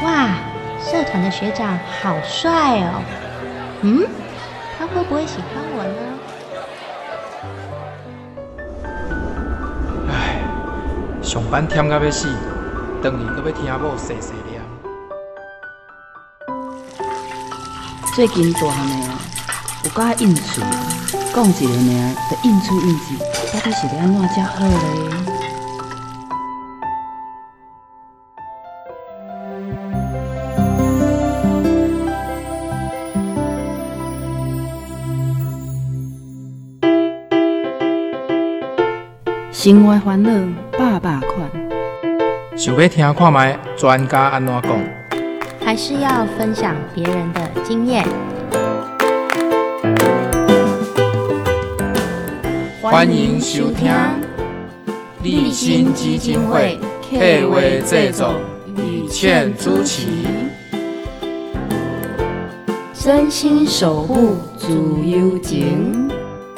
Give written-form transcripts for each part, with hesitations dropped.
哇，社团的学长好帅哦！他会不会喜欢我呢？唉，上班忝到要死，回去阁要听某细细念。 最近大汉的有够应喙，讲一个名就应喙应字，到底是要安怎才好咧？生活烦恼百款， 想要听看卖专家安怎讲？ 还是要分享别人的经验？ 欢迎收听立新基金会客话制作，雨倩主持。 真心守护自由情。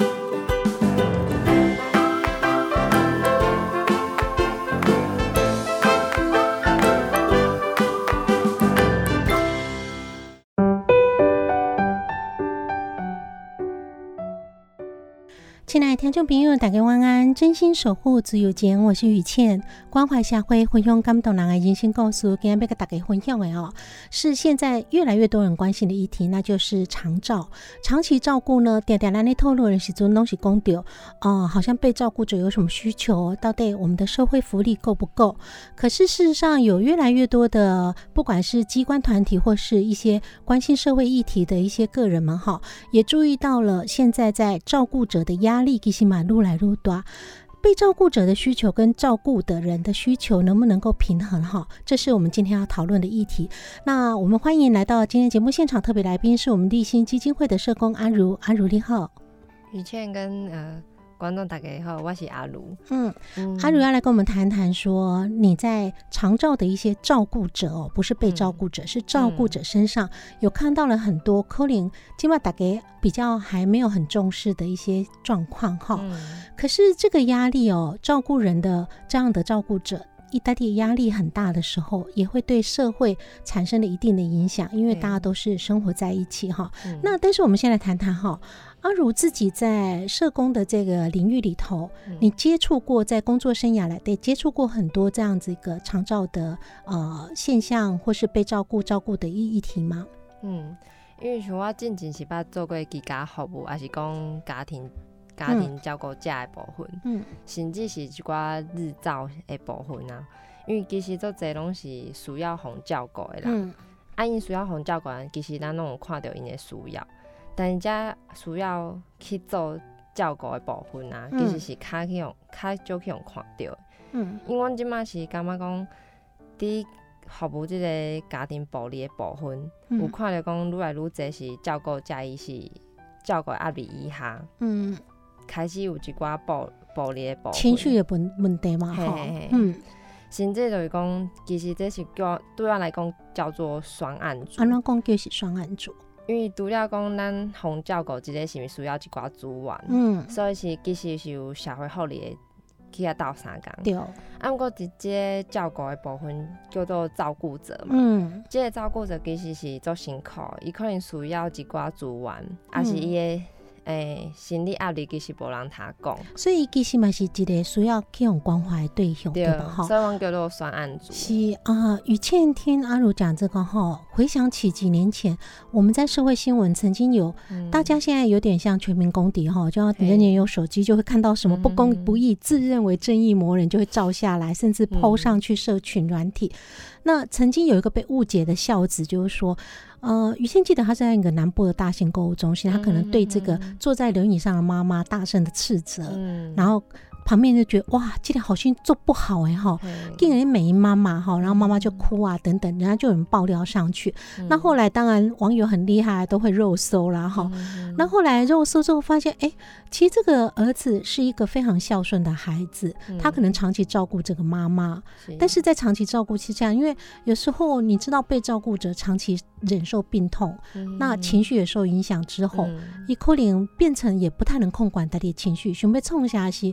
亲爱的听众朋友，大家晚安！真心守护自由情，我是雨倩，关怀社会，分享感动人的人生故事。今天要跟大家分享的是现在越来越多人关心的议题，那就是长照。长期照顾呢，常常咱在透露的时阵，都是讲到好像被照顾者有什么需求，到底我们的社会福利够不够？可是事实上，有越来越多的，不管是机关团体或是一些关心社会议题的一些个人们也注意到了现在在照顾者的压力其实嘛愈来愈大，被照顾者的需求跟照顾的人的需求能不能够平衡这是我们今天要讨论的议题。那我们欢迎来到今天节目现场特别来宾是我们立新基金会的社工阿如。阿如你好。 雨倩跟观众大家好，我是阿如。 阿如要来跟我们谈谈说你在长照的一些照顾者不是被照顾者，是照顾者身上有看到了很多可能现在大家比较还没有很重视的一些状况可是这个压力照顾人的这样的照顾者一旦压力很大的时候，也会对社会产生了一定的影响，因为大家都是生活在一起那但是我们先来谈谈阿如自己在社工的这个领域里头，你接触过，在工作生涯来对接触过很多这样子一个长照的现象，或是被照顾的议题吗？ 因为像我之前是捌做过居家服务，还是讲家庭照顾者的部分，甚至是一寡日照的部分啊。因为其实做侪拢是需要互照顾的啦，因需要互照顾，其实咱拢有看到因的需要。但是这需要去做照顾的部分啊，其实是较少去用看到的。因为阮即马是感觉讲，伫服务即个家庭暴力的部分，有看到讲愈来愈侪是照顾者伊是照顾压力以下，开始有一寡暴力的部分， 情绪的问题嘛， 甚至就是讲，其实这是对我来讲叫做双案组。 安怎讲叫是双案组？ 因为除了讲咱互照顾即个是需要一寡资源，所以是其实是有社会福利的去遐斗相共。 对。 不过即个照顾的部分叫做照顾者嘛，即个照顾者其实是做辛苦，伊可能需要一寡资源，也是伊的心理压力其实无人他讲， 所以其实嘛是一个需要去用关怀的对象，对吧？ 所以我们叫做双案组。 是雨倩听阿如讲这个回想起几年前我们在社会新闻曾经有，大家现在有点像全民公敌就要人人有手机就会看到什么不公不义，自认为正义魔人就会照下来，甚至 po 上去社群软体。那曾经有一个被误解的孝子，就是说雨倩记得他是在一个南部的大型购物中心，他可能对这个坐在轮椅上的妈妈大声的斥责，然后旁边就觉得哇，这个好像做不好竟然美妈妈然后妈妈就哭啊等等，人家就有人爆料上去。那后来当然网友很厉害，都会肉搜啦那后来肉搜之后发现其实这个儿子是一个非常孝顺的孩子，他可能长期照顾这个妈妈，但是在长期照顾期间，因为有时候你知道被照顾者长期忍受病痛，那情绪也受影响之后，他可能变成也不太能控管他的情绪，想要创啥是不可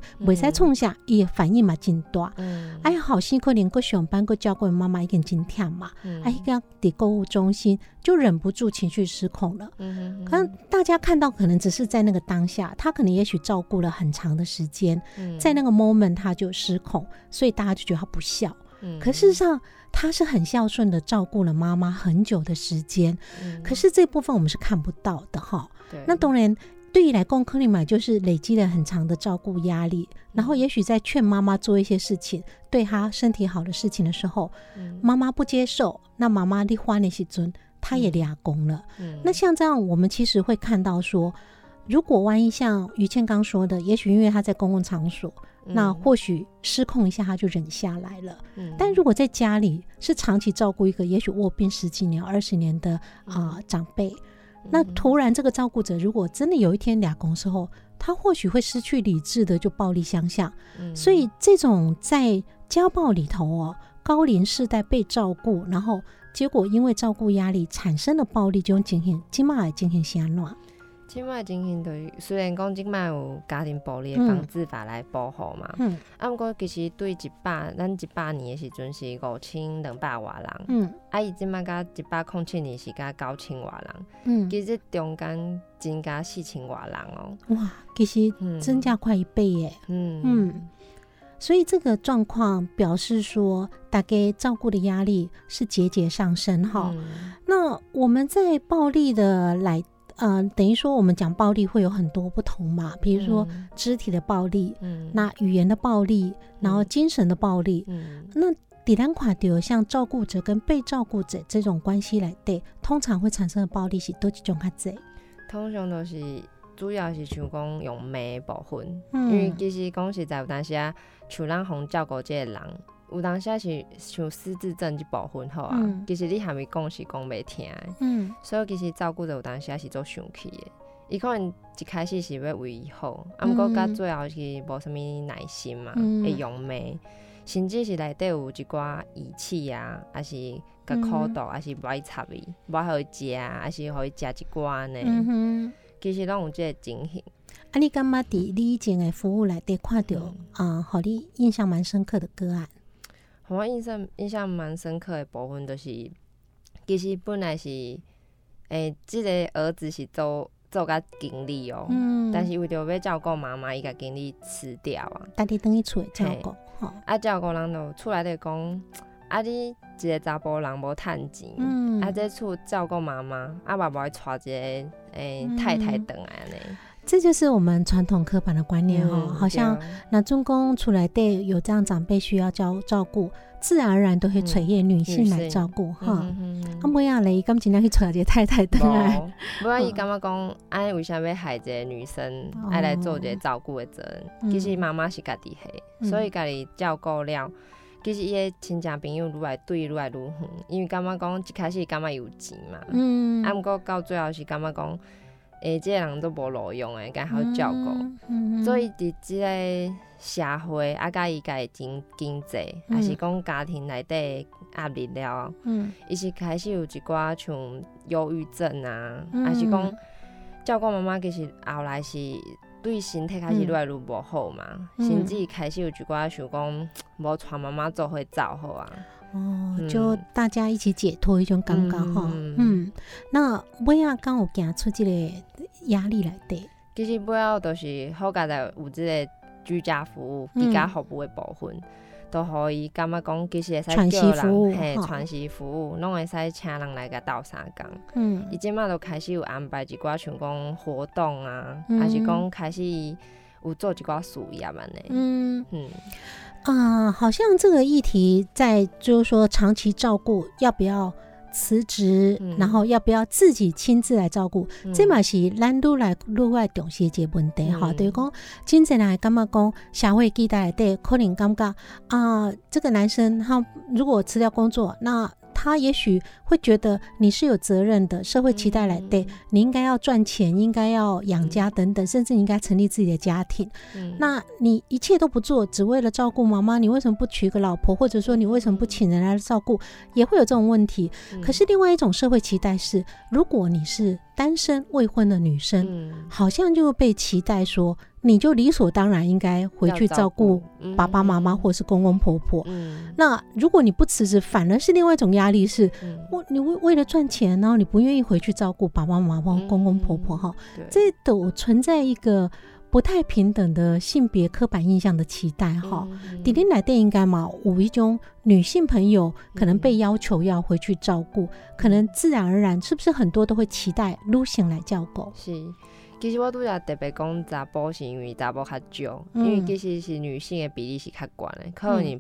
知创啥，伊反应嘛真大。后生可能搁上班搁照顾妈妈已经真忝嘛，迄个伫购物中心就忍不住情绪失控了。可能大家看到可能只是在那个当下，他可能也许照顾了很长的时间，在那个 moment 他就失控，所以大家就觉得他不孝。可事实上他是很孝顺的照顾了妈妈很久的时间，可是这部分我们是看不到的哈。那当然对于来讲可能嘛就是累积了很长的照顾压力，然后也许在劝妈妈做一些事情对她身体好的事情的时候，妈妈不接受，那妈妈你花那时阵她也俩公了。那像这样我们其实会看到说，如果万一像于倩刚说的，也许因为她在公共场所，那或许失控一下他就忍下来了。但如果在家里是长期照顾一个也许卧病10几年20年的长辈，那突然这个照顾者如果真的有一天俩公时候，他或许会失去理智的就暴力相向。所以这种在家暴里头高龄世代被照顾，然后结果因为照顾压力产生的暴力，这种情形现在的情形是怎样？ 现在的情形就是虽然讲现在有家庭暴力的防治法来保护嘛，不过其实对咱100年的时阵是5200外人，伊现在到107年是到9000外人，其实中间增加4000外人哇，其实增加快1倍耶。所以这个状况表示说大家照顾的压力是节节上升哈。那我们在暴力的等于说我们讲暴力会有很多不同嘛，比如说肢体的暴力，那语言的暴力，然后精神的暴力。那在咱看到像照顾者跟被照顾者这种关系来对，通常会产生的暴力是都几种较多？ 通常都是主要是像讲用骂的部分，因为其实讲实在有当时像咱互照顾这个人，有当时是像失智症这部分好其实你还没讲是讲袂听的，所以其实照顾者有当时是做生气的，伊可能一开始是要为伊好，不过到最后是无什么耐心嘛，会用骂，甚至是内底有一寡遗弃还是甲苦毒，还是无爱插伊，无爱互伊食，还是互伊食一寡呢，其实拢有这个情形。 你感觉伫你以前的服务内底看到互你印象蛮深刻的个案？ 互我印象蛮深刻的部分，就是其实本来是这个儿子是做甲经理但是为着要照顾妈妈，伊甲经理辞掉家己等于厝的照顾， 照顾人就厝内底讲你一个查甫人无趁钱，这厝照顾妈妈，嘛无爱带一个太太回来呢。 这就是我们传统刻板的观念好像那中公出来对有这样长辈需要照顾，自然而然都会找一个女性来照顾不要嘞，敢真的去找一个太太回来？ 不然伊感觉讲为啥要害一个女生爱来做一个照顾的责任？其实妈妈是家己下，所以家己照顾了。其实伊的亲戚朋友愈来对愈来愈远，因为感觉讲一开始感觉有钱嘛，不过到最后是感觉讲这个人都无路用的，该好照顾。所以伫这个社会甲伊家的经济，还是讲家庭内底压力了，伊是开始有一寡像忧郁症还是讲照顾妈妈，其实后来是对身体开始愈来愈无好嘛，甚至开始有一寡想讲无带妈妈做伙走好就大家一起解脱一种感觉那尾仔敢有行出这个压力来底？ 其实尾仔就是好佳在有这个居家服务、居家服务的部分，都可以感觉讲其实会使叫人传习服务，拢会使请人来甲斗相共。伊即马都开始有安排一寡像讲活动还是讲开始有做一寡事业好像这个议题在就是说长期照顾要不要辞职，然后要不要自己亲自来照顾，这嘛是咱愈来重视的一个问题就是讲真侪人会感觉讲社会期待内底可能感觉这个男生他如果辞掉工作，那他也许会觉得你是有责任的，社会期待来对，你应该要赚钱，应该要养家等等，甚至你应该成立自己的家庭。那你一切都不做，只为了照顾妈妈，你为什么不娶个老婆，或者说你为什么不请人来照顾，也会有这种问题。可是另外一种社会期待是，如果你是单身未婚的女生，好像就被期待说你就理所当然应该回去照顾爸爸妈妈或是公公婆婆。那如果你不辞职，反而是另外一种压力是，你为了赚钱，然后你不愿意回去照顾爸爸妈妈、公公婆婆哈，这都存在一个不太平等的性别刻板印象的期待哈。弟弟来电应该嘛，有一种女性朋友可能被要求要回去照顾，可能自然而然是不是很多都会期待女性来照顾？ 是。其实我拄则特别讲查甫是因为查甫较少，因为其实是女性的比例是较悬的，可能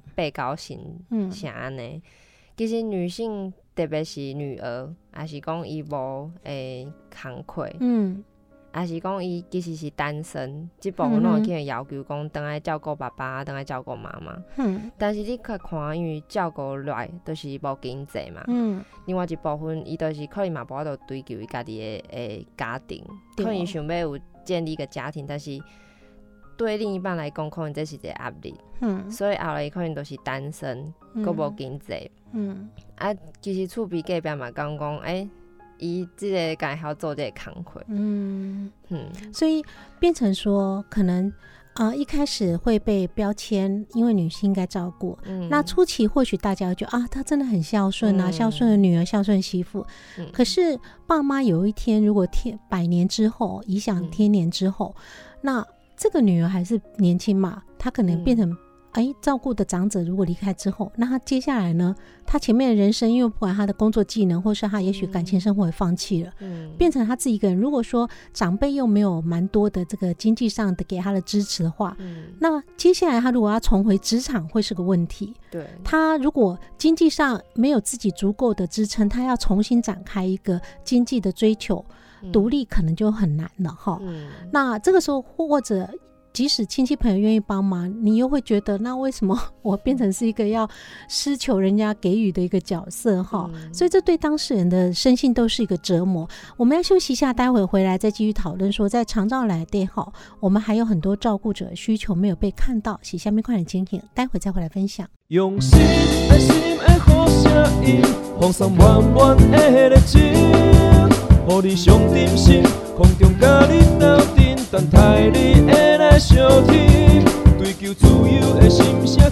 8-9%是安尼。其实女性特别是女儿，还是讲伊无工课，还是讲伊其实是单身，这部分拢会去人要求讲回来照顾爸爸，回来照顾妈妈。但是你去看，因为照顾来都是无经济嘛。另外一部分，伊就是可能嘛无法度追求伊家己的家庭，可能想要有建立一个家庭，但是对另一半来讲，可能这是一个压力。所以后来可能都是单身，佫无经济。其实厝边隔壁嘛讲伊这个敢还要做这个工课， 所以变成说可能一开始会被标签，因为女性应该照顾。那初期或许大家会觉得她真的很孝顺啊，孝顺的女儿，孝顺媳妇。可是爸妈有一天如果100年之后，颐享天年之后，那这个女儿还是年轻嘛，她可能变成照顾的长者如果离开之后，那他接下来呢？他前面的人生，因为不管他的工作技能，或是他也许感情生活也放弃了，变成他自己一个人。如果说长辈又没有蛮多的这个经济上的给他的支持的话，那接下来他如果要重回职场，会是个问题。对，他如果经济上没有自己足够的支撑，他要重新展开一个经济的追求，独立可能就很难了哈。那这个时候或者即使亲戚朋友愿意帮忙，你又会觉得那为什么我变成是一个要施求人家给予的一个角色哈？所以这对当事人的身心都是一个折磨。我们要休息一下，待会回来再继续讨论说，在长照来对哈，我们还有很多照顾者的需求没有被看到，是下面快点经验，待会再回来分享。 用心爱心的好声音，放送满满的热情，予你上点心，空中甲你斗阵，等待你的来相听。追求自由的心声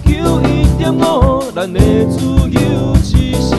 ，91.5，咱的自由之声。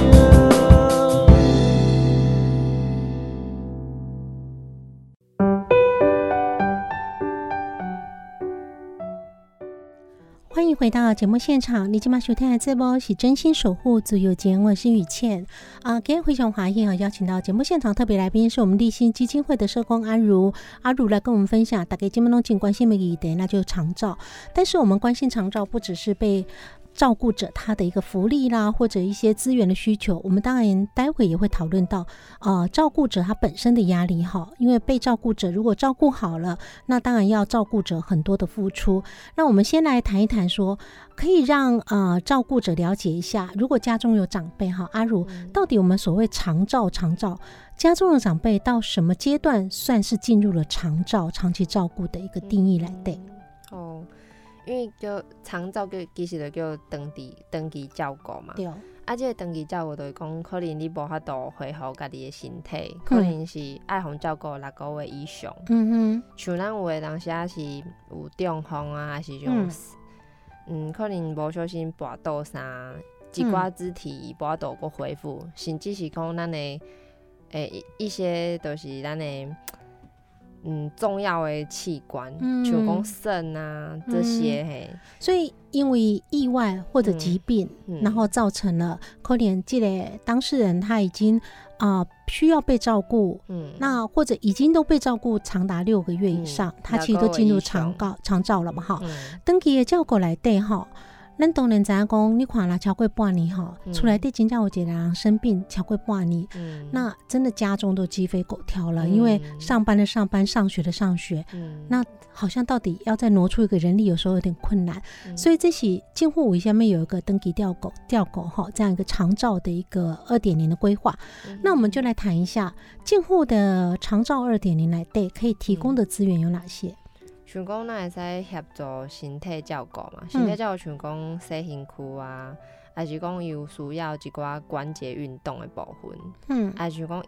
欢迎回到节目现场，你今晚收听的节目是真心守护自由节，我是雨倩今天非常欢迎邀请到节目现场特别来宾是我们立新基金会的社工阿如来跟我们分享大家今晚都关心的议题，那就是长照。但是我们关心长照不只是被照顾者他的一个福利啦，或者一些资源的需求，我们当然待会也会讨论到照顾者他本身的压力哈，因为被照顾者如果照顾好了，那当然要照顾者很多的付出。那我们先来谈一谈说，可以让照顾者了解一下，如果家中有长辈哈，阿如到底我们所谓长照家中的长辈到什么阶段算是进入了长期照顾的一个定义来对？ 因为叫长照其实就叫长期照顾嘛。对。这个长期照顾就是讲，可能你无法度恢复家己的身体，可能是爱互照顾6个月以上。像咱有的当时是有中风啊，还是种可能无小心跋倒啥，一寡肢体无法度恢复，甚至是讲咱的一些就是咱的。重要的器官，像讲肾啊这些所以因为意外或者疾病，然后造成了可能这个当事人他已经需要被照顾，那或者已经都被照顾长达6个月以上，他其实都进入长照了嘛哈。长期的照顾来对哈。咱当然知影讲，你看啦，超过半年哈，出来对真正有一个人生病超过半年，那真的家中都鸡飞狗跳了，因为上班的上班，上学的上学，那好像到底要再挪出一个人力，有时候有点困难，所以这是进户伍下面有一个登记调狗哈，这样一个长照的一个2.0的规划。那我们就来谈一下进户的长照2.0来对可以提供的资源有哪些？ 像讲，咱会使协助身体照顾嘛，身体照顾像讲洗身躯啊，还是讲有需要一寡关节运动的部分，还是讲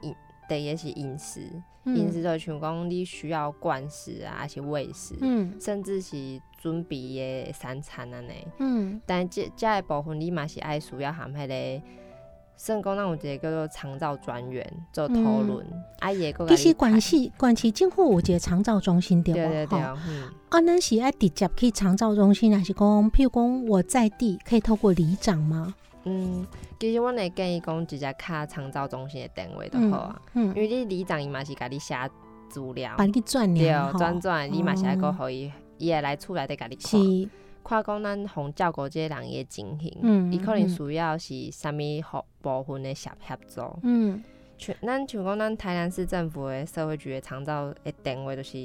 第一是饮食，饮食就像讲你需要灌食啊，还是喂食，甚至是准备的三餐安尼。但这个部分你嘛是爱需要含迄个。算讲，咱有一个叫做长照专员做讨论， 其实关系政府有一个长照中心对不？ 对。 咱是爱直接去长照中心，还是讲，譬如讲我在地可以透过里长吗？ 其实阮会建议讲直接卡长照中心的单位就好啊，因为你里长伊嘛是甲你写资料， 把你转了，转，你嘛是爱个互伊会来厝内底甲你看。看讲咱互照顾这个人的情形，伊可能需要是啥物部分的协作。咱像讲咱台南市政府的社会局的长照的单位就是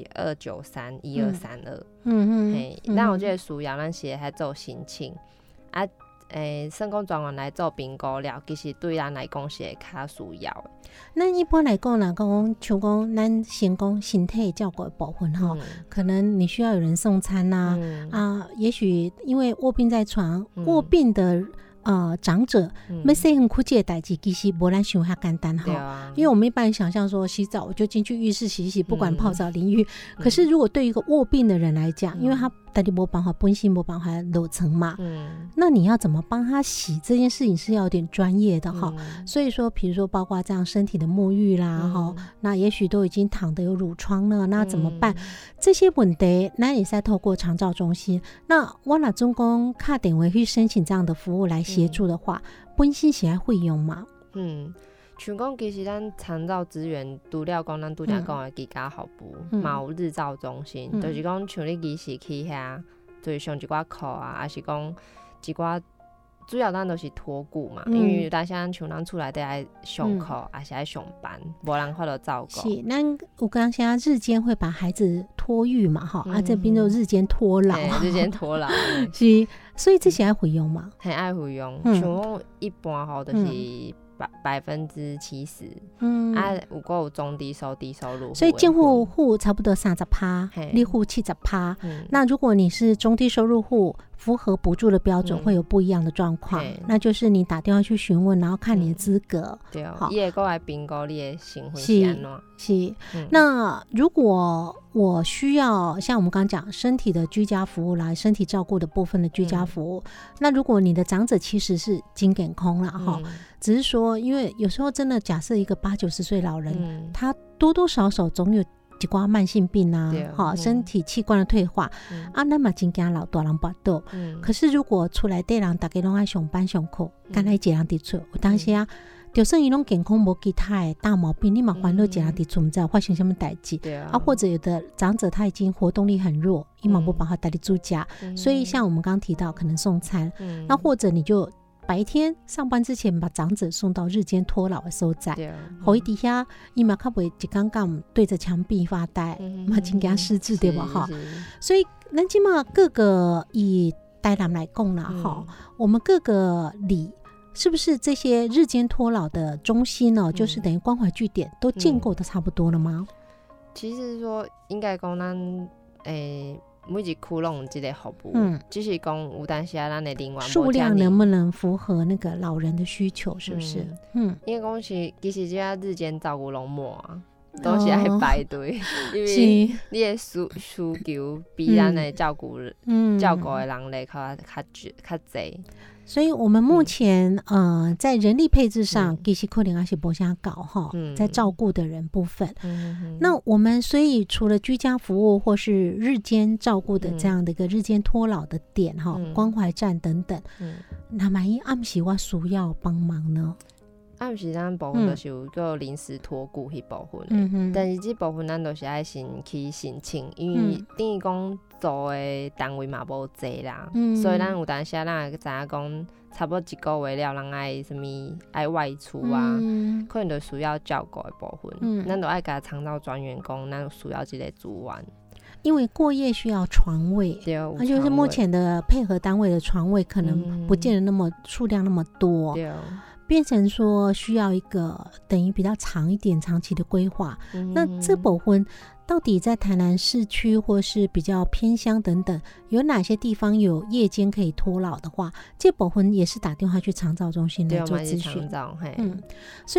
2931232。咱有这个需要，咱是会来做申请啊。算讲专员来做评估了，其实对咱来讲是会较需要的。 咱一般来讲啦，像讲咱先讲身体照顾的部分吼，可能你需要有人送餐呐，也许因为卧病在床，卧病的长者要洗很苦这个代志，其实无咱想遐简单哈。因为我们一般想象说洗澡我就进去浴室洗洗，不管泡澡淋浴。可是如果对于一个卧病的人来讲，因为他到底没办法本身没办法楼层嘛，那你要怎么帮他洗这件事情是要有点专业的哈。所以说比如说包括这样身体的沐浴啦哈，那也许都已经躺得有褥疮了，那怎么办？这些问题那也是在透过长照中心，那我若总共打电话去申请这样的服务来协助的话，本身是要费用嘛？ 像讲其实咱长照资源除了讲咱拄则讲的居家服务，嘛有日照中心，就是讲像你其实去遐，就是上一寡课啊，还是讲一寡主要咱都是托顾嘛，因为咱像咱厝内底爱上课，还是爱上班，无人法度照顾。 是，咱有讲现在日间会把孩子托育嘛，哈，这边就日间托老， 日间托老是，所以这些爱费用嘛， 很爱费用，像讲一般吼就是70%，有个有中低收入， 所以建户差不多30%，立户70%。那如果你是中低收入户，符合补助的标准，会有不一样的状况。那就是你打电话去询问，然后看你的资格。 对，伊会过来评估你的身份是安怎。 是，那如果我需要像我们刚刚讲身体的居家服务啦，身体照顾的部分的居家服务，那如果你的长者其实是金健康啦哈，只是说因为有时候真的假设一个80-90岁老人，他多多少少总有一寡慢性病啊，身体器官的退化啊，那么真惊老大人跋倒。可是如果厝内底人大家拢爱上班上课，干来一个人伫厝，有当时啊，就算伊拢健康无其他的大毛病，你嘛烦恼一个人伫厝，唔知道发生什么代志啊？或者有的长者他已经活动力很弱，伊嘛无办法带你住家，所以像我们刚刚提到，可能送餐，那或者你就白天上班之前把长者送到日间托老的所在，互伊底下伊嘛较袂一竿竿对着墙壁发呆，嘛真惊失智对吧？哈，所以咱即马各个以台南来讲啦，哈，我们各个里是不是这些日间托老的中心呢？就是等于关怀据点都建构的差不多了吗？ 其实说应该讲咱每一区拢有这个服务，只是讲有当时咱的人员数量能不能符合那个老人的需求，是不是？ 因为讲是其实这日间照顾拢满啊，都是爱排队，因为你的需求比咱的照顾的人类较侪。 所以我们目前在人力配置上其实可能还是没啥搞哈，在照顾的人部分。那我们所以除了居家服务或是日间照顾的这样的一个日间托老的点哈，关怀站等等，那万一暗时我需要帮忙呢？ 暗时咱部分就是有个临时托顾迄部分，但是这部分咱都是爱先去申请，因为等于讲做的单位嘛无济啦，所以咱有当时咱会知影讲，差不多一个月了，人爱什么爱外出啊，可能就需要照顾的部分，咱都爱甲长照专员讲，咱需要这个资源。 因为过夜需要床位，那就是目前的配合单位的床位可能不见得那么数量那么多，变成说需要一个等于比较长一点长期的规划。那这部分到底在台南市区或是比较偏乡等等，有哪些地方有夜间可以托老的话，这部分也是打电话去长照中心来做咨询。所以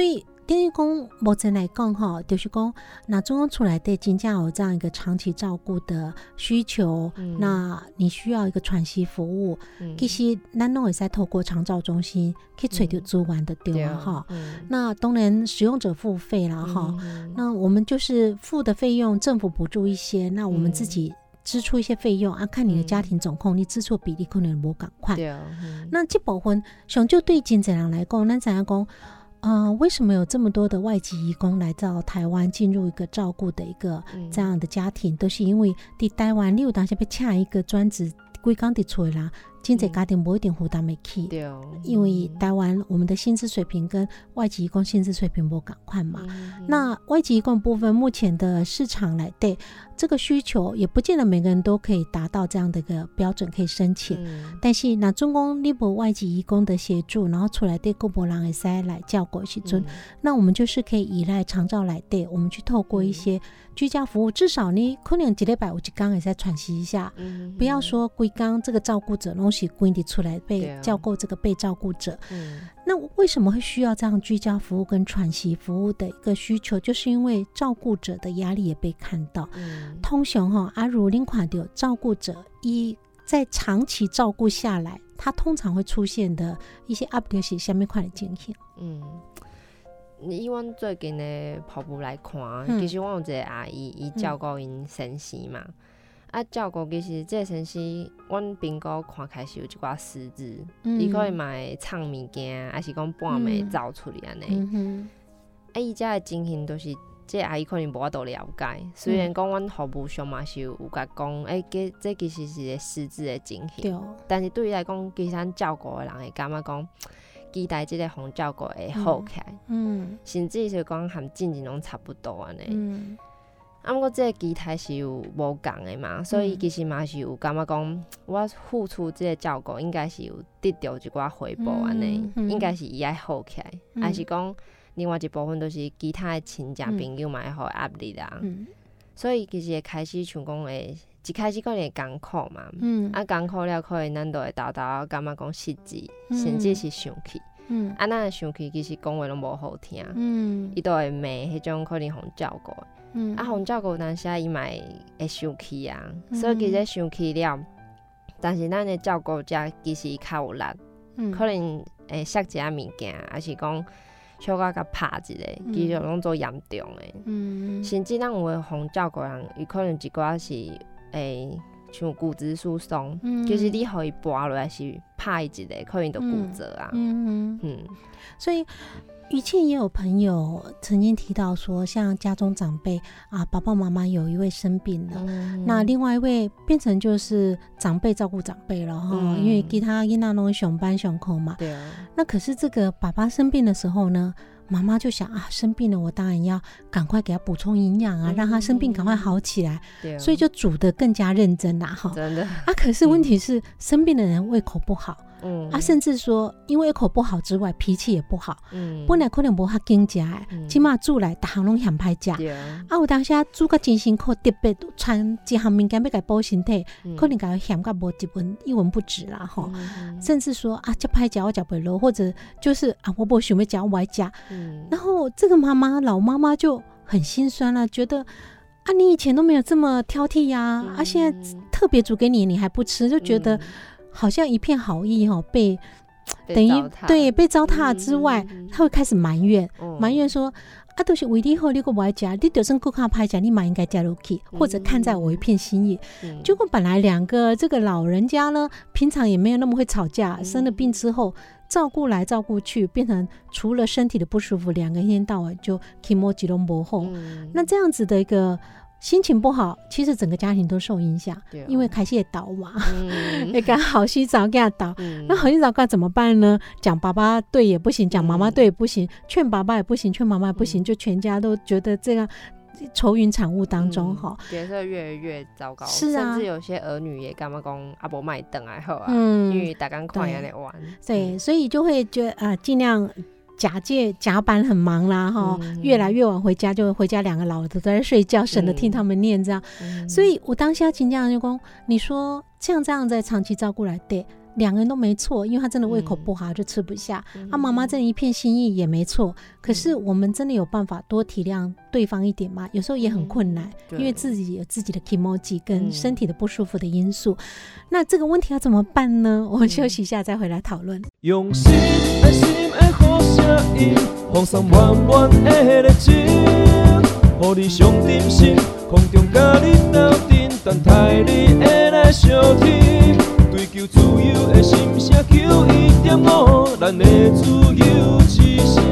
等于讲目前来讲吼，就是讲那中央厝内底真正有这样一个长期照顾的需求，那你需要一个喘息服务，其实咱拢会使透过长照中心去找到资源的对啊哈。那当然使用者付费啦哈，那我们就是付的费用政府补助一些，那我们自己支出一些费用啊，看你的家庭总控，你支出比例可能无同款。那这部分上就对真侪人来讲，咱知影讲，为什么有这么多的外籍移工来到台湾，进入一个照顾的一个这样的家庭，都是因为在台湾，你有当时要请一个专职规工伫厝的人，真侪家庭不一定负担得起，因为台湾我们的薪资水平跟外籍移工薪资水平不同款嘛。那外籍移工部分，目前的市场来对这个需求，也不见得每个人都可以达到这样的一个标准可以申请。但是那中共你无外籍移工的协助，然后出来对各国人会使来照顾的时阵，那我们就是可以依赖长照来对，我们去透过一些居家服务，至少你可能一礼拜有一天会使喘息一下，不要说规工这个照顾者拢是规定出来被照顾这个被照顾者。那为什么会需要这样居家服务跟喘息服务的一个需求，就是因为照顾者的压力也被看到。通常如您看到照顾者在长期照顾下来，他通常会出现的一些压力是什么款的情形？ 以阮最近的跑步来看，其实我有一个阿姨，伊照顾因先生嘛。照顾其实这个先生，阮评估看开始有一寡失智，伊可能嘛会藏物件，还是讲半暝走出去安尼。伊遮的情形都是。这阿姨可能无法度了解，虽然讲阮服务上嘛是有甲讲，这其实是一个失智的情形，但是对伊来讲，其实咱照顾的人会感觉讲，期待这个互照顾会好起来，甚至是讲含进前拢差不多安尼。不过这个期待是有无共的嘛，所以其实嘛是有感觉讲，我付出这个照顾应该是有得到一寡回报安尼，应该是伊爱好起来，还是讲？另外一部分都是其他的亲戚朋友嘛会互压力啦，所以其实会开始像讲会一开始可能会艰苦嘛，艰苦了可能咱就会豆感觉讲失智，甚至是生气，咱会生气其实讲话拢无好听，伊都会骂迄种可能互照顾的，互照顾当时伊嘛会生气啊，所以其实生气了，但是咱的照顾者其实较有力，可能会摔一下物件，还是讲。小可甲拍一个，其实拢做严重的，甚至咱有诶互照顾人，伊可能一寡是像骨质疏松，就是你互伊拔落来是拍一个，可能就骨折啊。 所以以前也有朋友曾经提到说，像家中长辈爸爸妈妈有一位生病了，那另外一位变成就是长辈照顾长辈了因为其他囡仔拢上班上课嘛。对啊。那可是这个爸爸生病的时候呢，妈妈就想生病了，我当然要赶快给他补充营养让他生病赶快好起来，所以就煮得更加认真啦真的可是问题是生病的人胃口不好。甚至说因为胃口不好之外脾气也不好，本来可能无遐经食的，起码煮来逐项拢嫌歹食有当时煮到真辛苦，特别传一项物件要甲补身体，可能甲嫌到无一文不值啦甚至说这歹食我食不落，或者就是我无想要食我不爱食然后这个老妈妈就很心酸啦，觉得你以前都没有这么挑剔呀现在特别煮给你你还不吃，就觉得好像一片好意被等于对被糟蹋之外，他会开始埋怨说都是为你好，你还不爱吃，你就算更较歹吃，你嘛应该加入去，或者看在我一片心意。结果本来两个这个老人家呢，平常也没有那么会吵架，生了病之后照顾来照顾去，变成除了身体的不舒服，两个一天到晚就気持ち都不好。那这样子的一个心情不好，其实整个家庭都受影响，因为开始会倒嘛，那个好洗澡给他倒，那好洗澡该怎么办呢？讲爸爸对也不行，讲妈妈对也不行，劝爸爸也不行，劝妈妈也不行，就全家都觉得这样愁云惨雾当中角色越来越糟糕，是甚至有些儿女也干嘛讲不买等还好因为大家看也在玩， 对，所以就会觉得尽量甲板很忙啦越来越晚回家，就回家两个老的都在睡觉，省得听他们念这样所以我当下真正就说，你说像这样在长期照顾来对， 两个人都没错，因为他真的胃口不好，就吃不下。妈妈真的一片心意也没错，可是我们真的有办法多体谅对方一点吗？有时候也很困难，因为自己有自己的 kimoji 跟身体的不舒服的因素。那这个问题要怎么办呢？我们休息一下再回来讨论。 用心爱心的好声音，放送满满的热情，予你上点心，空中甲你斗阵，等待你的来相听。追求自由的心声，91.5，咱的自由之声。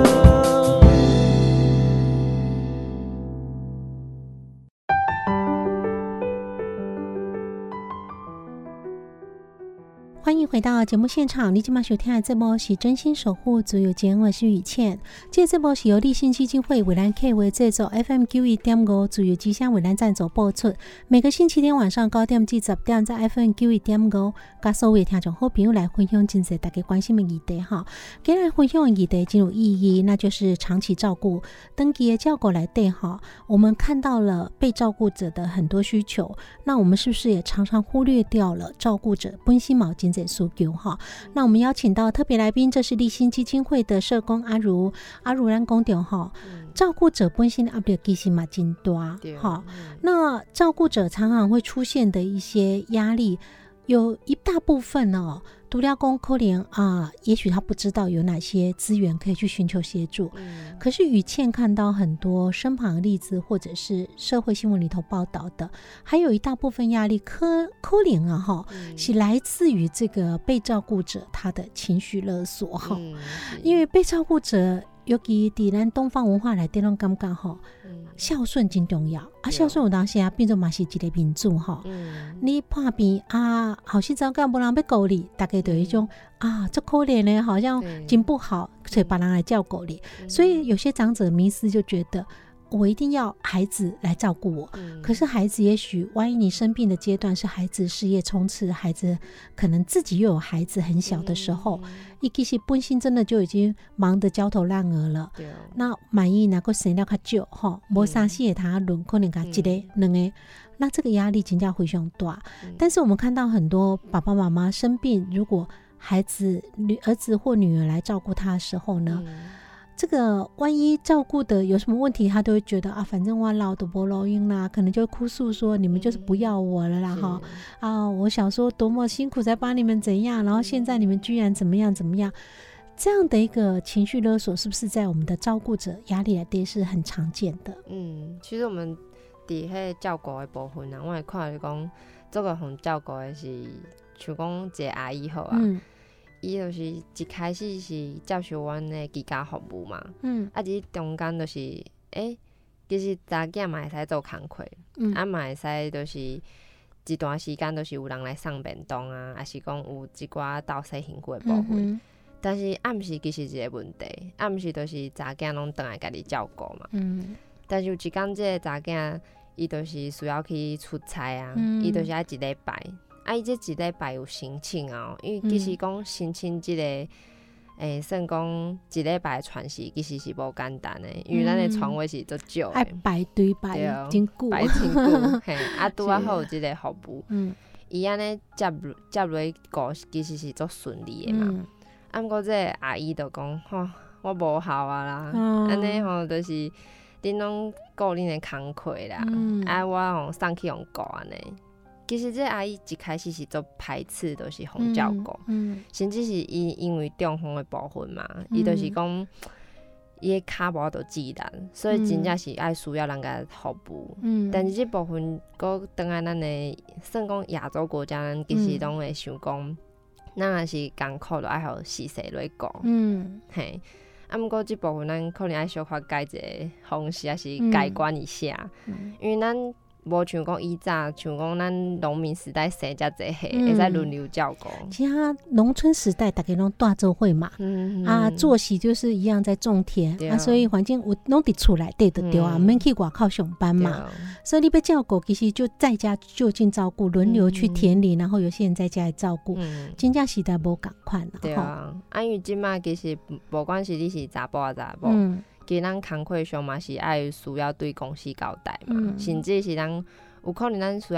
欢迎回到节目现场，你今晚收听的这部是真心守护自由节，我是雨倩。这部是由立信基金会为咱客为制作 FM 91.5自由之声为咱赞助播出，每个星期天晚上9点至10点在 FM 91.5跟所有听众好朋友来分享真侪大家关心的议题哈。今日分享的议题真有意义，那就是长期照顾。长期的照顾来对哈，我们看到了被照顾者的很多需求，那我们是不是也常常忽略掉了照顾者本身嘛真侪需求哈？那我们邀请到特别来宾，这是立新基金会的社工阿如咱讲到哈，照顾者本身的压力其实嘛真大哈。那照顾者常常会出现的一些压力，有一大部分哦，除了说可能也许他不知道有哪些资源可以去寻求协助，可是雨倩看到很多身旁的例子，或者是社会新闻里头报道的，还有一大部分压力可能是来自于这个被照顾者他的情绪勒索因为被照顾者尤其在咱东方文化来对咱感觉孝顺真重要孝顺有当时变做嘛是一个民主你破病后生早干没人要顾你，大概就有一种这可怜的好像真不好，所以别人来照顾你，所以有些长者迷思就觉得我一定要孩子来照顾我，可是孩子也许万一你生病的阶段是孩子事业冲刺，孩子可能自己又有孩子很小的时候，他其实本身真的就已经忙得焦头烂额了，那万一如果生了较少没啥事的他轮可能他一个两个，那这个压力真的非常大但是我们看到很多爸爸妈妈生病，如果孩子儿子或女儿来照顾他的时候呢这个万一照顾的有什么问题，他都会觉得反正我老的不录音啦，可能就哭诉说你们就是不要我了啦我小时候多么辛苦才把你们怎样，然后现在你们居然怎么样怎么样，这样的一个情绪勒索是不是在我们的照顾者压力来对是很常见的？ 其实我们在迄照顾的部分我会看到讲这个互照顾的是像讲一个阿姨好伊就是一开始是接受阮的居家服务嘛，伫中间就是其实查囝嘛会使做工课，嘛会使就是一段时间就是有人来送便当还是讲有一寡倒洗身躯的部分，但是暗时其实一个问题，暗时就是查囝拢倒来家己照顾嘛，但是有一天这个查囝伊就是需要去出差伊就是爱一礼拜。伊这一礼拜有申请因为其实讲申請这个算讲一礼拜的喘息其实是无简单的，因为咱的床位是足少的， 爱排队排真久， 排真久拄好有这个服务，伊安尼接落去顾其实是足顺利的嘛。不过这个阿姨就讲我无效啦，安尼就是恁拢顾恁的工课啦，我送去用顾安尼。其实这阿姨一开始是做排斥，就是互照顾，甚至是伊因为中风的部分嘛，伊就是讲伊的骹无法度自然，所以真正是爱需要人家服务。但是这部分搁转来咱的算讲亚洲国家，咱其实拢会想讲，咱若是艰苦，就爱互细细来顾。嘿，不过这部分咱可能爱小可改一个方式，还是改观一下，因为咱。无像讲以早，像讲咱农民时代生遮济岁，会使轮流照顾。 其实农村时代大家拢大做伙嘛，作息就是一样在种田所以环境有拢伫厝内底就对毋免去外口上班嘛。所以你要照顾，其实就在家就近照顾，轮流去田里，然后有些人在家里照顾，真正时代无共款啦。 对因为即摆其实无管是你是查甫查某。其实咱工课上嘛是爱需要对公司交代嘛，甚至是咱有可能咱需要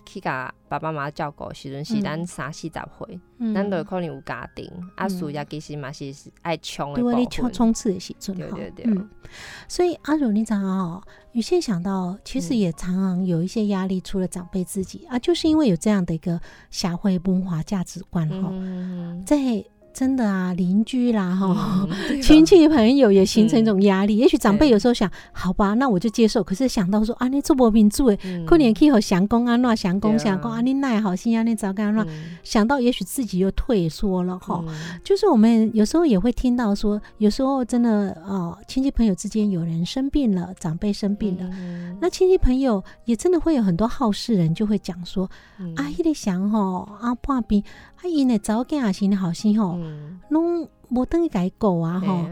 去甲爸爸妈妈照顾的时阵，是咱30-40岁，咱就可能有家庭，事业其实嘛是爱冲的部分， 对，你冲刺的时阵， 对。 所以阿柔，你知道哦，雨倩想到，其实也常常有一些压力，除了长辈自己就是因为有这样的一个社会文化价值观在。真的啊，邻居啦亲戚朋友也形成一种压力。也许长辈有时候想，好吧，那我就接受。可是想到说你做无民主的，可能去和相公安怎相公你奈好心安尼糟糕安怎，想到也许自己又退缩了就是我们有时候也会听到说，有时候真的亲戚朋友之间有人生病了，长辈生病了，那亲戚朋友也真的会有很多好事人就会讲说，迄个想破病因的早囝也是你好心拢无等于甲伊顾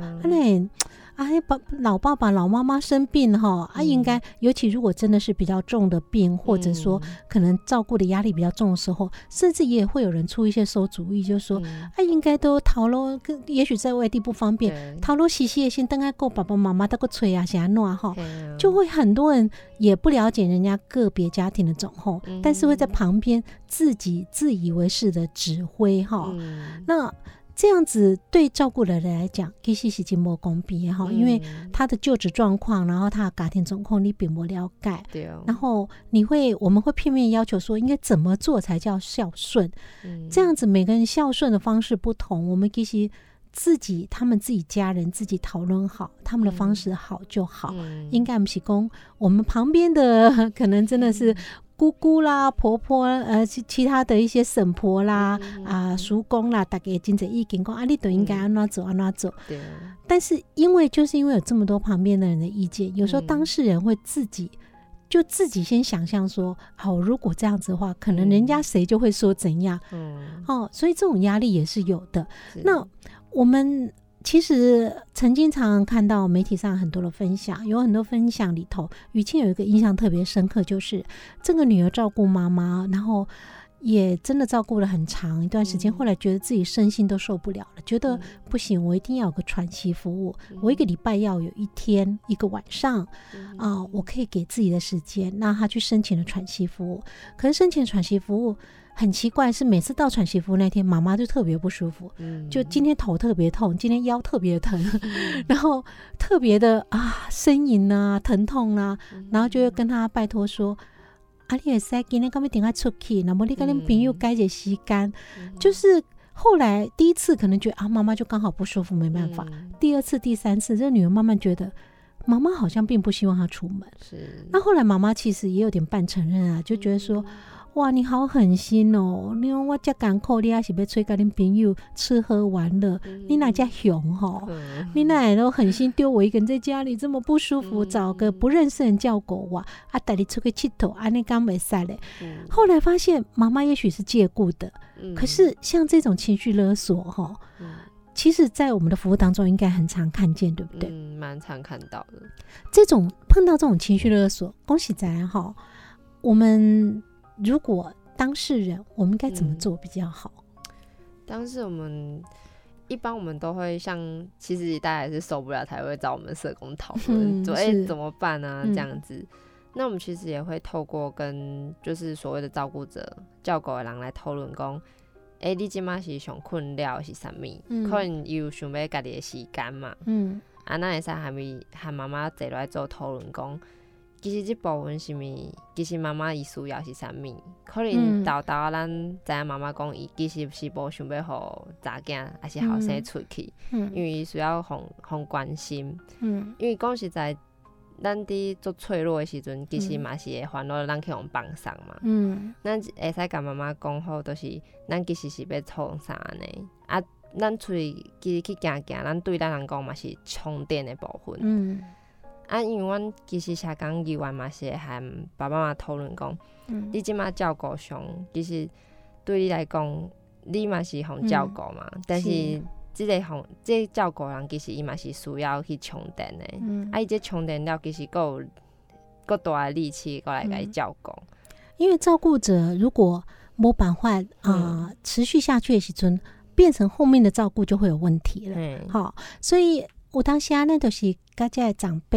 老爸爸老妈妈生病应该尤其如果真的是比较重的病，或者说可能照顾的压力比较重的时候，甚至也会有人出一些馊主意，就是说应该都头路，也许在外地不方便，头路洗洗的先等下顾爸爸妈妈，再个催是安怎就会很多人也不了解人家个别家庭的状况，但是会在旁边自己自以为是的指挥那这样子对照顾的人来讲，其实是真不公平因为他的就职状况，然后他的家庭状况你并不了解，然后我们会片面要求说应该怎么做才叫孝顺，这样子每个人孝顺的方式不同，我们其实他们自己家人自己讨论好，他们的方式好就好，应该不是说我们旁边的可能真的是姑姑啦、婆婆其他的一些婶婆啦、叔公啦，大家真侪意见讲你都应该安怎做安怎做。但是因为有这么多旁边的人的意见，有时候当事人会自己先想象说，如果这样子的话，可能人家谁就会说怎样，所以这种压力也是有的。那我们其实曾经常常看到媒体上很多的分享，有很多分享里头，雨倩有一个印象特别深刻，就是这个女儿照顾妈妈，然后也真的照顾了很长一段时间，后来觉得自己身心都受不了了，觉得不行，我一定要有个喘息服务，我一个礼拜要有一天一个晚上我可以给自己的时间，那她去申请了喘息服务。可是申请喘息服务很奇怪，是每次到喘息服务那天，妈妈就特别不舒服，就今天头特别痛，今天腰特别疼，然后特别的呻吟疼痛然后就会跟她拜托说，你会使今天敢要等下出去，那么你跟你朋友改一个时间，就是后来第一次可能觉得妈妈就刚好不舒服没办法，第二次第三次，这女儿慢慢觉得妈妈好像并不希望她出门，那后来妈妈其实也有点半承认就觉得说，哇，你好狠心哦！你说我这艰苦，你也是要催跟你朋友吃喝玩乐，你哪这熊你哪都狠心丢我一个人在家里这么不舒服，找个不认识人叫狗带你出去佚佗，你敢没使嘞？后来发现妈妈也许是借故的，可是像这种情绪勒索其实在我们的服务当中应该很常看见，对不对？ 蛮常看到的。 碰到这种情绪勒索，恭喜咱我们如果当事人，我们该怎么做比较好？ 当时一般我们都会其实大家也是受不了才会找我们社工讨论，说怎么办这样子。那我们其实也会透过跟就是所谓的照顾者、照顾的人来讨论讲，你现在是上困扰是什么？可能有想要家己的时间嘛。那会使和妈妈坐来做讨论讲，其实这部分是其实妈妈伊需要是啥物？可能豆咱知影妈妈讲伊其实是无想要互查囝还是后生出去，因为伊需要互关心。因为讲实在，咱伫做脆弱的时阵，其实嘛是会烦恼咱去互帮上嘛。咱会使甲妈妈讲好，就是咱其实是要创啥呢？咱出去其实去行，咱对咱人讲嘛是充电的部分。因为阮其实社工以外嘛是会和爸爸妈妈讨论讲，你即马照顾上，其实对你来讲，你嘛是互照顾嘛，但是这照顾人其实伊嘛是需要去充电的。伊这充电了，其实更大的力气过来甲伊照顾。 因为照顾者如果没办法持续下去的时阵，变成后面的照顾就会有问题了。所以有当时呢，就是甲这长辈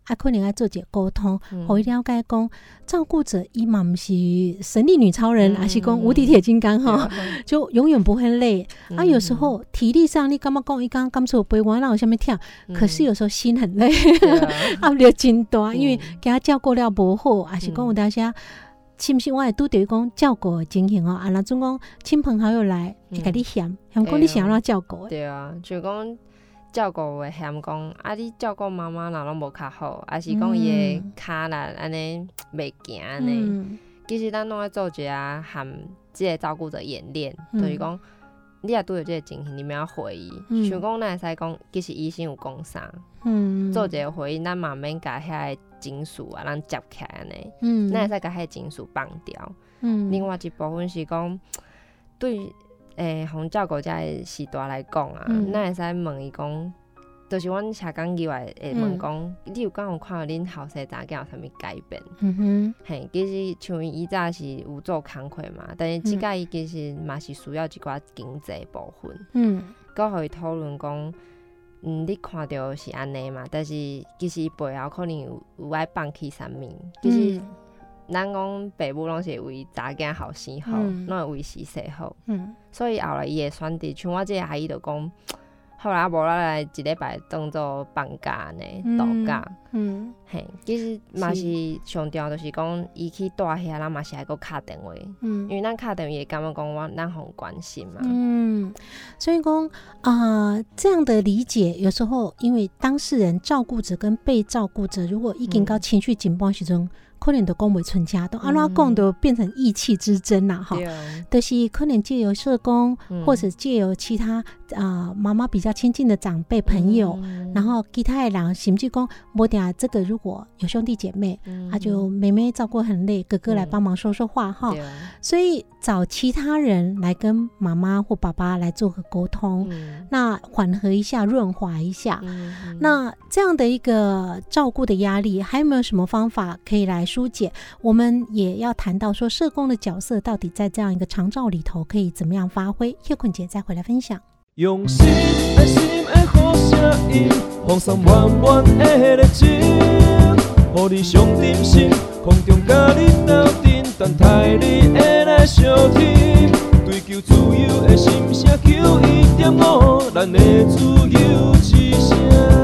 可能要做一个沟通，互伊了解讲照顾者伊嘛毋是神力女超人，还是讲无敌铁金刚哈，就永远不会累。有时候体力上你感觉讲伊刚刚出陪我，那有啥物跳，可是有时候心很累，压力真大，因为给他照顾了无好，还是讲有当时是毋是我会拄着讲照顾的情形哦？若总讲亲朋好友来，就甲你嫌讲你是安怎照顾的？ 对啊，就讲照顾会嫌讲你照顾妈妈若拢无较好，还是讲伊的骹啦安尼袂行安尼。其实咱拢爱做一下含即个照顾者演练，就是讲你若拄着即个情形，你们要回忆。像讲咱会使讲，其实医生有讲啥，做一个回忆，咱嘛免甲遐个情绪咱接起来安尼，咱会使甲遐情绪放掉。另外一部分是讲对互照顾者的时代来讲咱会使问伊讲，就是阮社工以外会问讲，你有敢有看到恁后生查囝有啥物改变？嘿，其实像伊早是有做工课嘛，但是即个伊其实嘛是需要一寡经济部分，佮互伊讨论讲。你看到是安尼嘛？但是其实伊背后可能有爱放弃啥物。其实咱讲爸母拢是为查囝后生好，拢会为时势好。所以后来伊会选择，像我这个阿姨就讲，后来无咱来一礼拜当做放假呢，度假。嘿，其实嘛是上重要，就是讲伊去住遐，咱嘛是爱搁敲电话，因为咱敲电话会感觉讲咱互关心嘛。 所以讲这样的理解，有时候因为当事人、照顾者跟被照顾者，如果已经到情绪紧绷时阵，可能就讲袂出家，都安怎讲都变成意气之争啦，哈。就是可能借由社工，或者借由其他妈妈比较亲近的长辈朋友，然后其他的人，甚至讲无定这个如果有兄弟姐妹，就妹妹照顾很累，哥哥来帮忙说说话哈。所以找其他人来跟妈妈或爸爸来做个沟通，那缓和一下，润滑一下。那这样的一个照顾的压力，还有没有什么方法可以来疏解？我们也要谈到说，社工的角色到底在这样一个长照里头可以怎么样发挥？叶坤姐再回来分享。 用心爱心的好声音，放送满满的热情，予你上点心，空中甲你斗阵，等待你的来相听。追求自由的心声，91.5，咱的自由之声。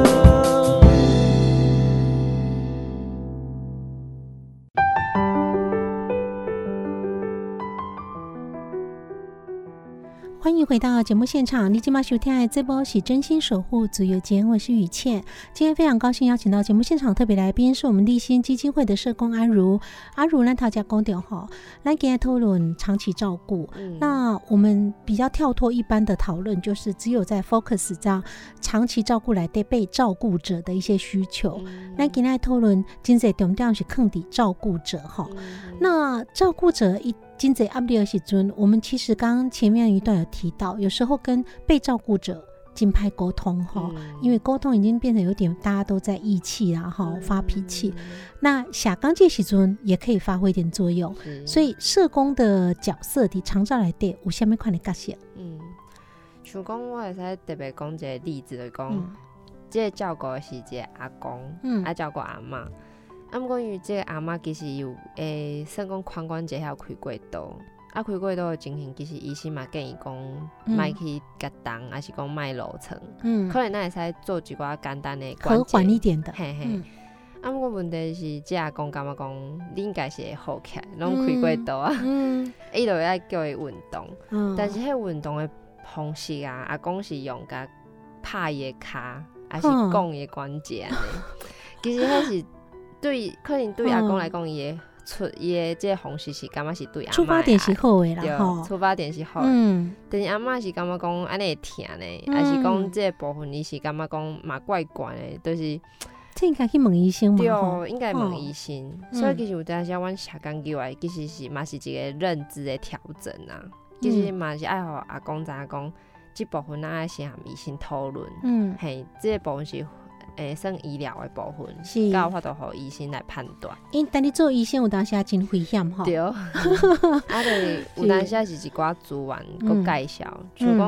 欢迎回到节目现场，你今晚收听的这波是真心守护自由间，我是雨倩。今天非常高兴邀请到节目现场特别来宾是我们立新基金会的社工阿如。阿如咱头家讲到吼，咱今天讨论长期照顾，那我们比较跳脱一般的讨论，就是只有在 focus 这样长期照顾来对被照顾者的一些需求。咱今天讨论真侪重点是放伫照顾者吼，那照顾者真侪压力的时阵，我们其实刚刚前面一段有提到，有时候跟被照顾者真歹沟通哈，因为沟通已经变成有点大家都在义气啦哈，发脾气。那下岗这时阵也可以发挥一点作用，所以社工的角色伫长照内底有啥物款的角色？ 像讲我会使特别讲一个例子，就是讲，这个照顾的是一个阿公，照顾阿嬷。毋过因为这个阿嬷其实有算讲髋关节还有开过刀，开过刀的情形，其实医生嘛建议讲，莫去夹动，还是讲莫楼层，可能咱会使做一寡简单的关节， 和缓一点的， 嘿嘿。毋过问题是，这阿公感觉讲，你应该是会好起来，拢开过刀啊，伊就会爱叫伊运动，但是迄运动的方式阿公是用甲拍伊的骹，还是讲伊的关节安尼，其实迄是。可能对阿公来讲，伊的这个方式是感觉是对阿嬷出发点是好的啦， 吼，出发点是好的。但是阿嬷是感觉讲安尼会疼呢，还是讲这个部分伊是感觉讲嘛怪怪的，就是这应该去问医生嘛， 对，应该问医生。时其实有当时阮社工以外，其实是嘛是一个认知的调整啊。其实嘛是爱互阿公知影讲，这部分咱爱先和医生讨论。嘿，这个部分是。算医疗的部分，是才有法度互医生来判断。 因但你做医生有当时真危险吼。 对，就是有当时是一寡资源佮介绍，像讲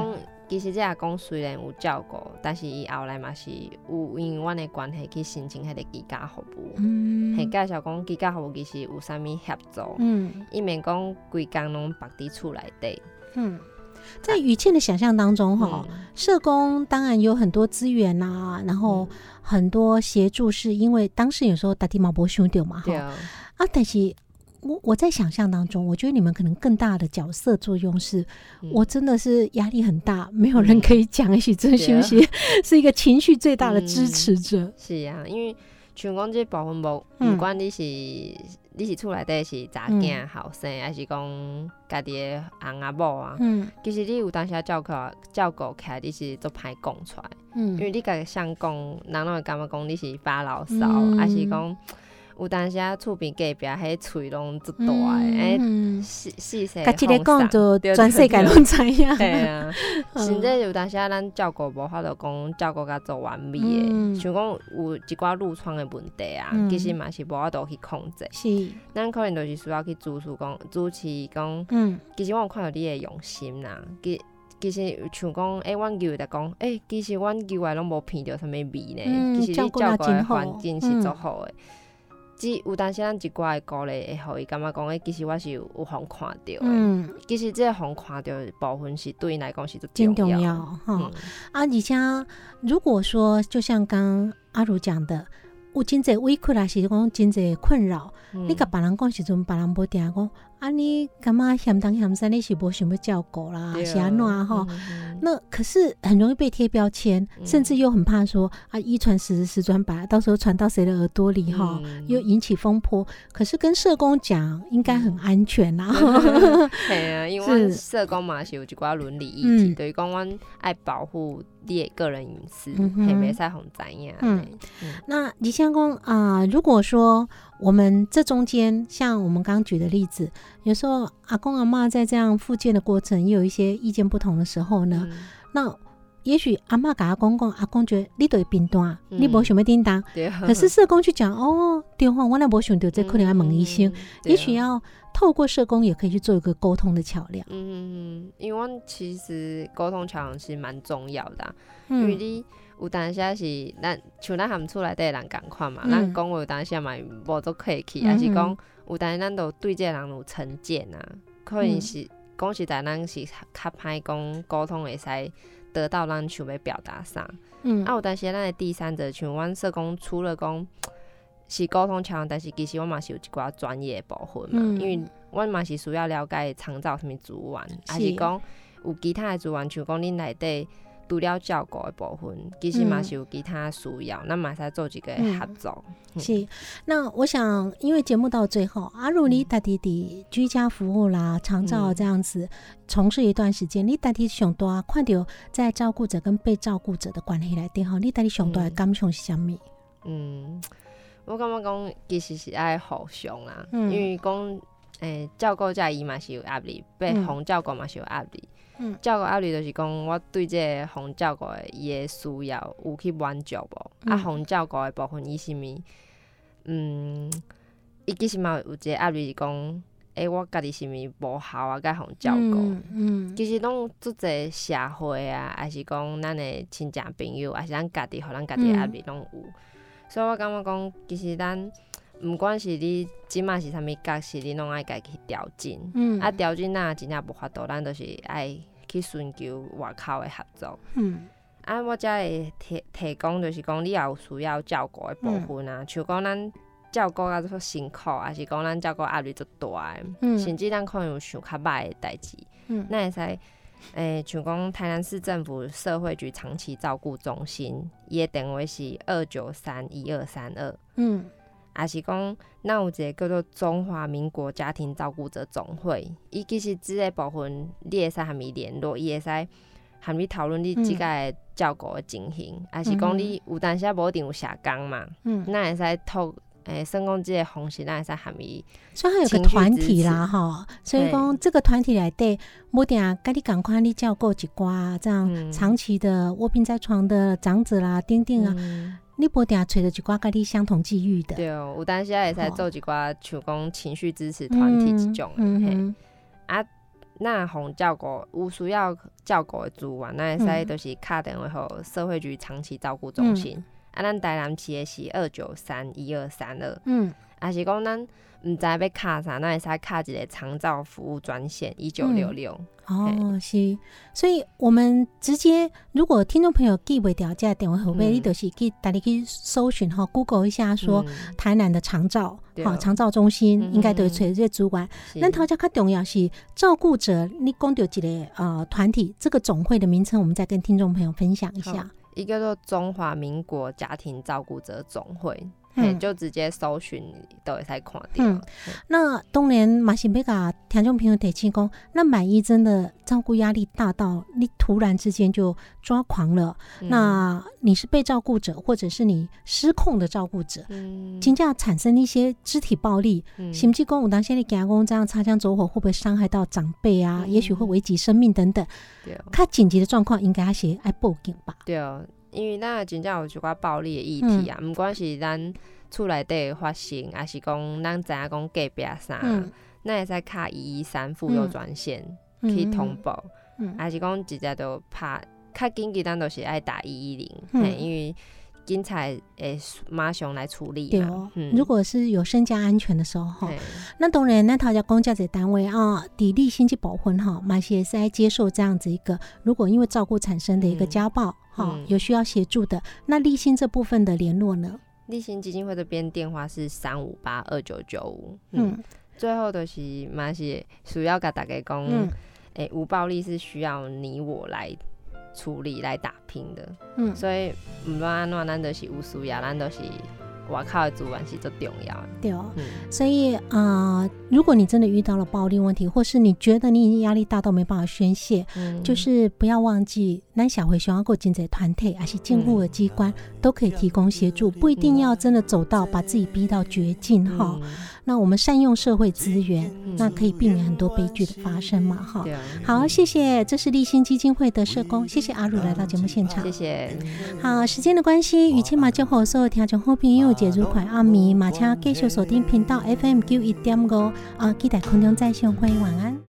其实这阿公虽然有照顾，但是伊后来嘛是有因为阮的关系去申请迄个居家服务，介绍讲居家服务其实有啥物协助，伊免讲规工拢绑伫厝内底。 在于倩的想象当中，社工当然有很多资源啊，然后很多协助，是因为当时有时候大地毛不兄弟嘛，但是我在想象当中，我觉得你们可能更大的角色作用是，我真的是压力很大，没有人可以讲一起真休息，是一个情绪最大的支持者。 是啊，因为像讲这部分不管你是厝内底是查囝后生，还是讲家己的翁仔某啊，其实你有当时照顾起来，你是做歹讲出来，因为你家己想讲，人拢会感觉讲你是发牢骚，还是讲。有当时厝边隔壁迄喙拢足大诶，细细。 家己咧讲就全世界拢知影。 对啊，甚至有当时咱照顾无法度讲照顾甲做完美诶，像讲有一寡褥疮诶问题啊，其实嘛是无法度去控制。 是， 咱可能就是需要去主持讲，其实我有看到你诶用心啦。其实像讲，阮舅在讲，其实阮舅诶拢无闻到啥物味呢。其实你照顾诶环境是足好诶。有当时咱一寡的鼓励会互伊感觉讲，其实我是有互看到的。其实这互看到的部分是对伊来讲是最重要哈。而且如果说就像刚阿如讲的，有真侪委屈啦，是讲真侪困扰，你甲别人讲时阵，别人无定讲，你感觉嫌东嫌西，你是无想要照顾啦，是安怎吼？那可是很容易被贴标签，甚至又很怕说一传十，十传百，到时候传到谁的耳朵里哈，又引起风波。可是跟社工讲，应该很安全啦。 对啊，因为阮社工嘛是有一寡伦理议题，就是讲阮爱保护你的个人隐私，袂使互知影。 那你像讲如果说我们这中间，像我们刚刚举的例子，有时候阿公阿嬷在这样复健的过程，也有一些意见不同的时候呢，那也许阿嬷跟阿公讲，阿公觉得你就会评断，你无想要叮当，可是社工去讲对吼，我那无想到这可能要问医生，也许要透过社工也可以去做一个沟通的桥梁。 因为其实沟通桥梁是蛮重要的，因为你有当时是像咱含厝内底的人共款嘛，咱讲话有当时嘛无足客气，还是讲有当时咱都对这个人有成见啊，可能是讲实在咱是较歹讲沟通会使得到咱想要表达啥。有当时咱的第三者，像阮社工除了讲是沟通桥梁，但是其实我嘛是有一寡专业的部分嘛，因为阮嘛是需要了解长照什么资源，还是讲有其他的资源，像讲恁内底除了照顾的部分，其实嘛是有其他需要，咱嘛使做一个合作。 是，那我想，因为节目到最后，阿如你家己伫居家服务啦、长照这样子从事一段时间，你家己上大看到在照顾者跟被照顾者的关系内底吼，你家己上大的感想是啥物？ 我感觉讲其实是爱互相啦，因为讲照顾者伊嘛是有压力，被互照顾嘛是有壓力。照顾压力就是讲，我对这个互照顾的伊的需要有去满足无？互照顾的部分伊是咪？伊其实嘛有一个压力是讲，我家己是咪无效啊？甲互照顾？其实拢做侪社会啊，还是讲咱的亲戚朋友，还是咱家己，互咱家己的压力拢有。所以我感觉讲，其实咱毋管是你即马是啥物角色，你拢爱家己去调整。调整咱真正无法度，咱就是爱去寻求外口的合作。我才会提供，就是讲你也有需要照顾的部分啊，像讲咱照顾啊足辛苦，还是讲咱照顾压力足大的，甚至咱可能有想较歹的代志，咱会使。像讲台南市政府社会局长期照顾中心，伊的电话是2931232。也是讲，咱有一个叫做中华民国家庭照顾者总会，伊其实即个部分，你会使和伊联络，伊会使和你讨论你即个照顾的情形，还是讲你有当时无一定有社工嘛，咱会使透。算讲这个方式，咱会使和伊， 所以它有个团体啦，哈。所以讲这个团体内底，无定甲你共款，你照顾一寡这样长期的卧病在床的长者啦、等等啊，你无定找到一寡甲你相同际遇的。 对，有当时会使做一寡像讲情绪支持团体这种。 那互照顾有需要照顾的资源，咱会使就是打电话互社会局长期照顾中心。咱台南市的是2931232，还是讲咱毋知要卡啥，咱会使卡一个长照服务专线1966。 哦，是，所以我们直接，如果听众朋友记不掉这电话号码，你就是去带你去搜寻哈 ，Google 一下说台南的长照，长照中心应该都会找这些主管。咱头家较重要是照顾者，你讲到一个团体，这个总会的名称，我们再跟听众朋友分享一下。 一个叫做中华民国家庭照顾者总会。就直接搜寻都会使看到。 那当然嘛是要甲听众朋友提醒讲，那万一真的照顾压力大到你突然之间就抓狂了，那你是被照顾者，或者是你失控的照顾者，真正产生一些肢体暴力，甚至讲有当时你惊讲这样擦枪走火会不会伤害到长辈啊？也许会危及生命等等。较紧急的状况应该还是要报警吧？ 对。因为咱真正有一寡暴力的议题啊，毋管是咱厝内底发生，还是讲咱知影讲隔壁啥，咱会使卡113妇幼专线去通报，还是讲直接就拍较紧急，咱就是爱打110，因为警察会马上来处理嘛。 如果是有身家安全的时候，那当然，咱头家公家这单位啊，伫立新去保婚哈，嘛是在接受这样子一个，如果因为照顾产生的一个家暴，有需要协助的，那立新这部分的联络呢？ 立新基金会这边电话是3582995，最后就是嘛是需要甲大家讲，无暴力是需要你我来处理来打拼的，所以不论安怎，咱就是有需要，咱就是外口的资源是最重要的。 对所以如果你真的遇到了暴力问题，或是你觉得你压力大到没办法宣泄，就是不要忘记，咱社会上还有真侪团体，还是政府的机关都可以提供协助，不一定要真的走到把自己逼到绝境哈。那我们善用社会资源，那可以避免很多悲剧的发生嘛哈。好，谢谢，这是立新基金会的社工，谢谢阿如来到节目现场， 谢谢。 好，时间的关系，与千马就和所有听众好朋友节日快暗暝，马请继续锁定频道 FM 91.5，期待空中再相会，晚安。